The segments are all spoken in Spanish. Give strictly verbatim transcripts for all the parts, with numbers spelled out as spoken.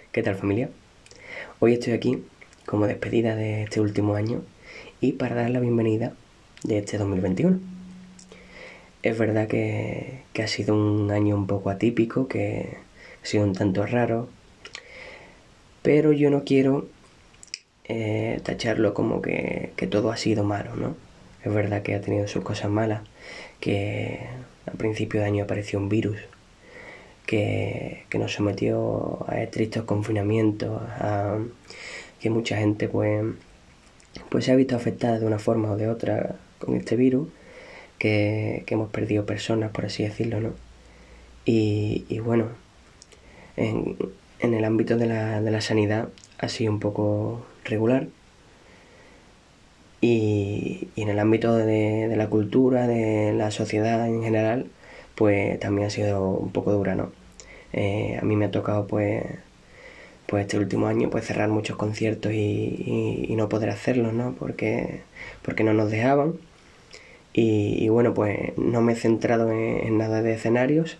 ¿Qué tal, familia? Hoy estoy aquí como despedida de este último año y para dar la bienvenida de este dos mil veintiuno. Es verdad que, que ha sido un año un poco atípico, que ha sido un tanto raro, pero yo no quiero eh, tacharlo como que, que todo ha sido malo, ¿no? Es verdad que ha tenido sus cosas malas, que al principio de año apareció un virus que, que nos sometió a estrictos confinamientos, a que mucha gente pues, pues se ha visto afectada de una forma o de otra con este virus, que, que hemos perdido personas, por así decirlo, ¿no? Y, y bueno, en, en el ámbito de la, de la sanidad ha sido un poco regular, y, y en el ámbito de, de la cultura, de la sociedad en general, pues también ha sido un poco dura, ¿no? Eh, a mí me ha tocado pues, pues este último año pues cerrar muchos conciertos y, y, y no poder hacerlos, ¿no? Porque, porque no nos dejaban. Y, y bueno, pues no me he centrado en, en nada de escenarios.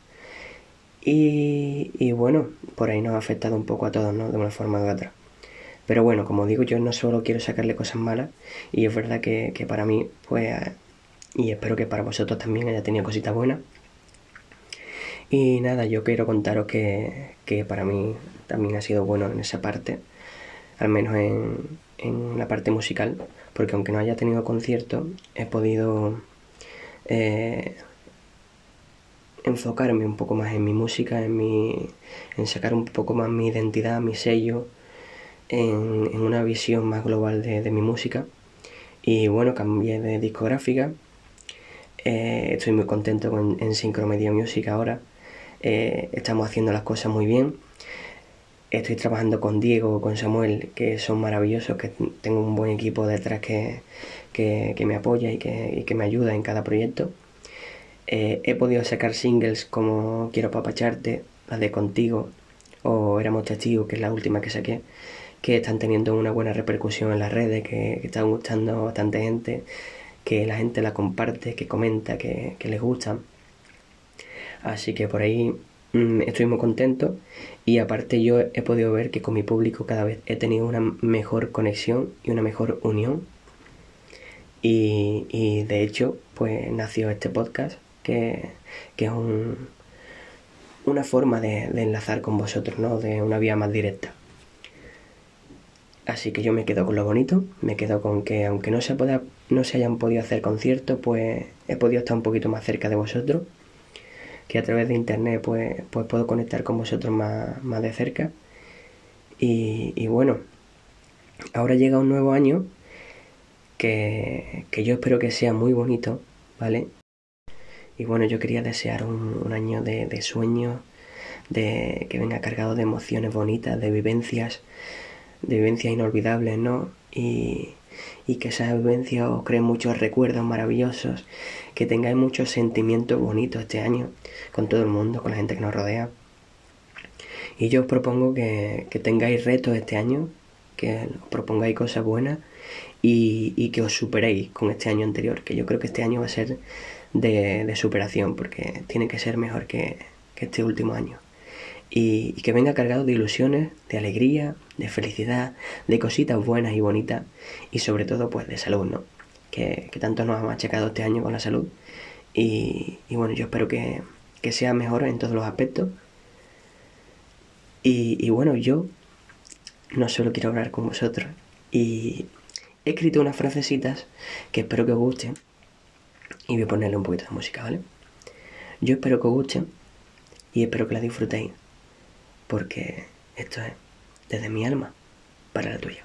Y, y bueno, por ahí nos ha afectado un poco a todos, ¿no? De una forma u otra. Pero bueno, como digo, yo no solo quiero sacarle cosas malas, y es verdad que, que para mí, pues, y espero que para vosotros también haya tenido cositas buenas. Y nada, yo quiero contaros que, que para mí también ha sido bueno en esa parte, al menos en, en la parte musical, porque aunque no haya tenido conciertos, he podido eh, enfocarme un poco más en mi música, en, mi, en sacar un poco más mi identidad, mi sello, en, en una visión más global de, de mi música. Y bueno, cambié de discográfica, eh, estoy muy contento con, en Syncromedia Music ahora. Eh, estamos haciendo las cosas muy bien. Estoy trabajando con Diego, con Samuel, que son maravillosos, que tengo un buen equipo detrás que, que, que me apoya y que, y que me ayuda en cada proyecto. Eh, he podido sacar singles como Quiero Papacharte, la de Contigo, o Éramos Testigos, que es la última que saqué, que están teniendo una buena repercusión en las redes, que, que están gustando a bastante gente, que la gente la comparte, que comenta, que, que les gustan. Así que por ahí mmm, estoy muy contento, y aparte yo he podido ver que con mi público cada vez he tenido una mejor conexión y una mejor unión, y, y de hecho pues nació este podcast que, que es un, una forma de, de enlazar con vosotros, ¿no? De una vía más directa. Así que yo me quedo con lo bonito, me quedo con que aunque no se, pueda, no se hayan podido hacer conciertos, pues he podido estar un poquito más cerca de vosotros, que a través de internet pues, pues puedo conectar con vosotros más, más de cerca. Y, y bueno, ahora llega un nuevo año que, que yo espero que sea muy bonito, ¿vale? Y bueno, yo quería desear un, un año de, de sueños, de que venga cargado de emociones bonitas, de vivencias, de vivencias inolvidables, ¿no? Y, y que esas vivencias os creen muchos recuerdos maravillosos, que tengáis muchos sentimientos bonitos este año con todo el mundo, con la gente que nos rodea. Y yo os propongo que, que tengáis retos este año, que os propongáis cosas buenas, y, y que os superéis con este año anterior, que yo creo que este año va a ser de, de superación, porque tiene que ser mejor que, que este último año. Y, y que venga cargado de ilusiones, de alegría, de felicidad, de cositas buenas y bonitas, y sobre todo pues de salud, ¿no? Que, que tanto nos ha machacado este año con la salud. Y, y bueno, yo espero que, que sea mejor en todos los aspectos. Y, y bueno, yo no solo quiero hablar con vosotros, y he escrito unas frasecitas que espero que os gusten, y voy a ponerle un poquito de música, ¿vale? Yo espero que os gusten y espero que la disfrutéis, porque esto es desde mi alma para la tuya.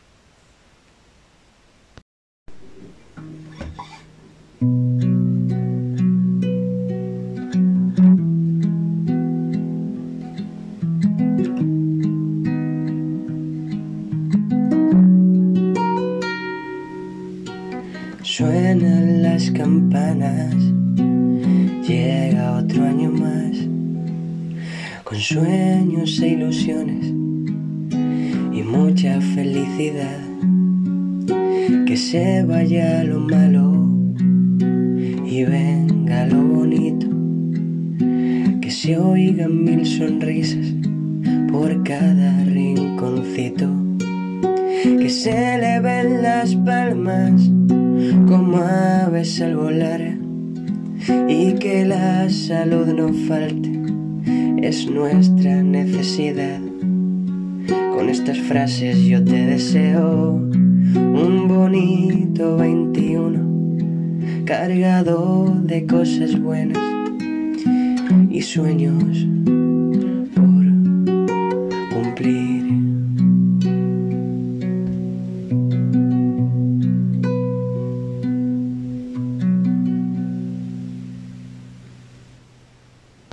Suenan las campanas, llega otro año más, con sueños e ilusiones y mucha felicidad. Que se vaya lo malo y venga lo bonito, que se oigan mil sonrisas por cada rinconcito, que se le ven las palmas como aves al volar, y que la salud no falte, es nuestra necesidad. Con estas frases yo te deseo un bonito veintiuno, cargado de cosas buenas y sueños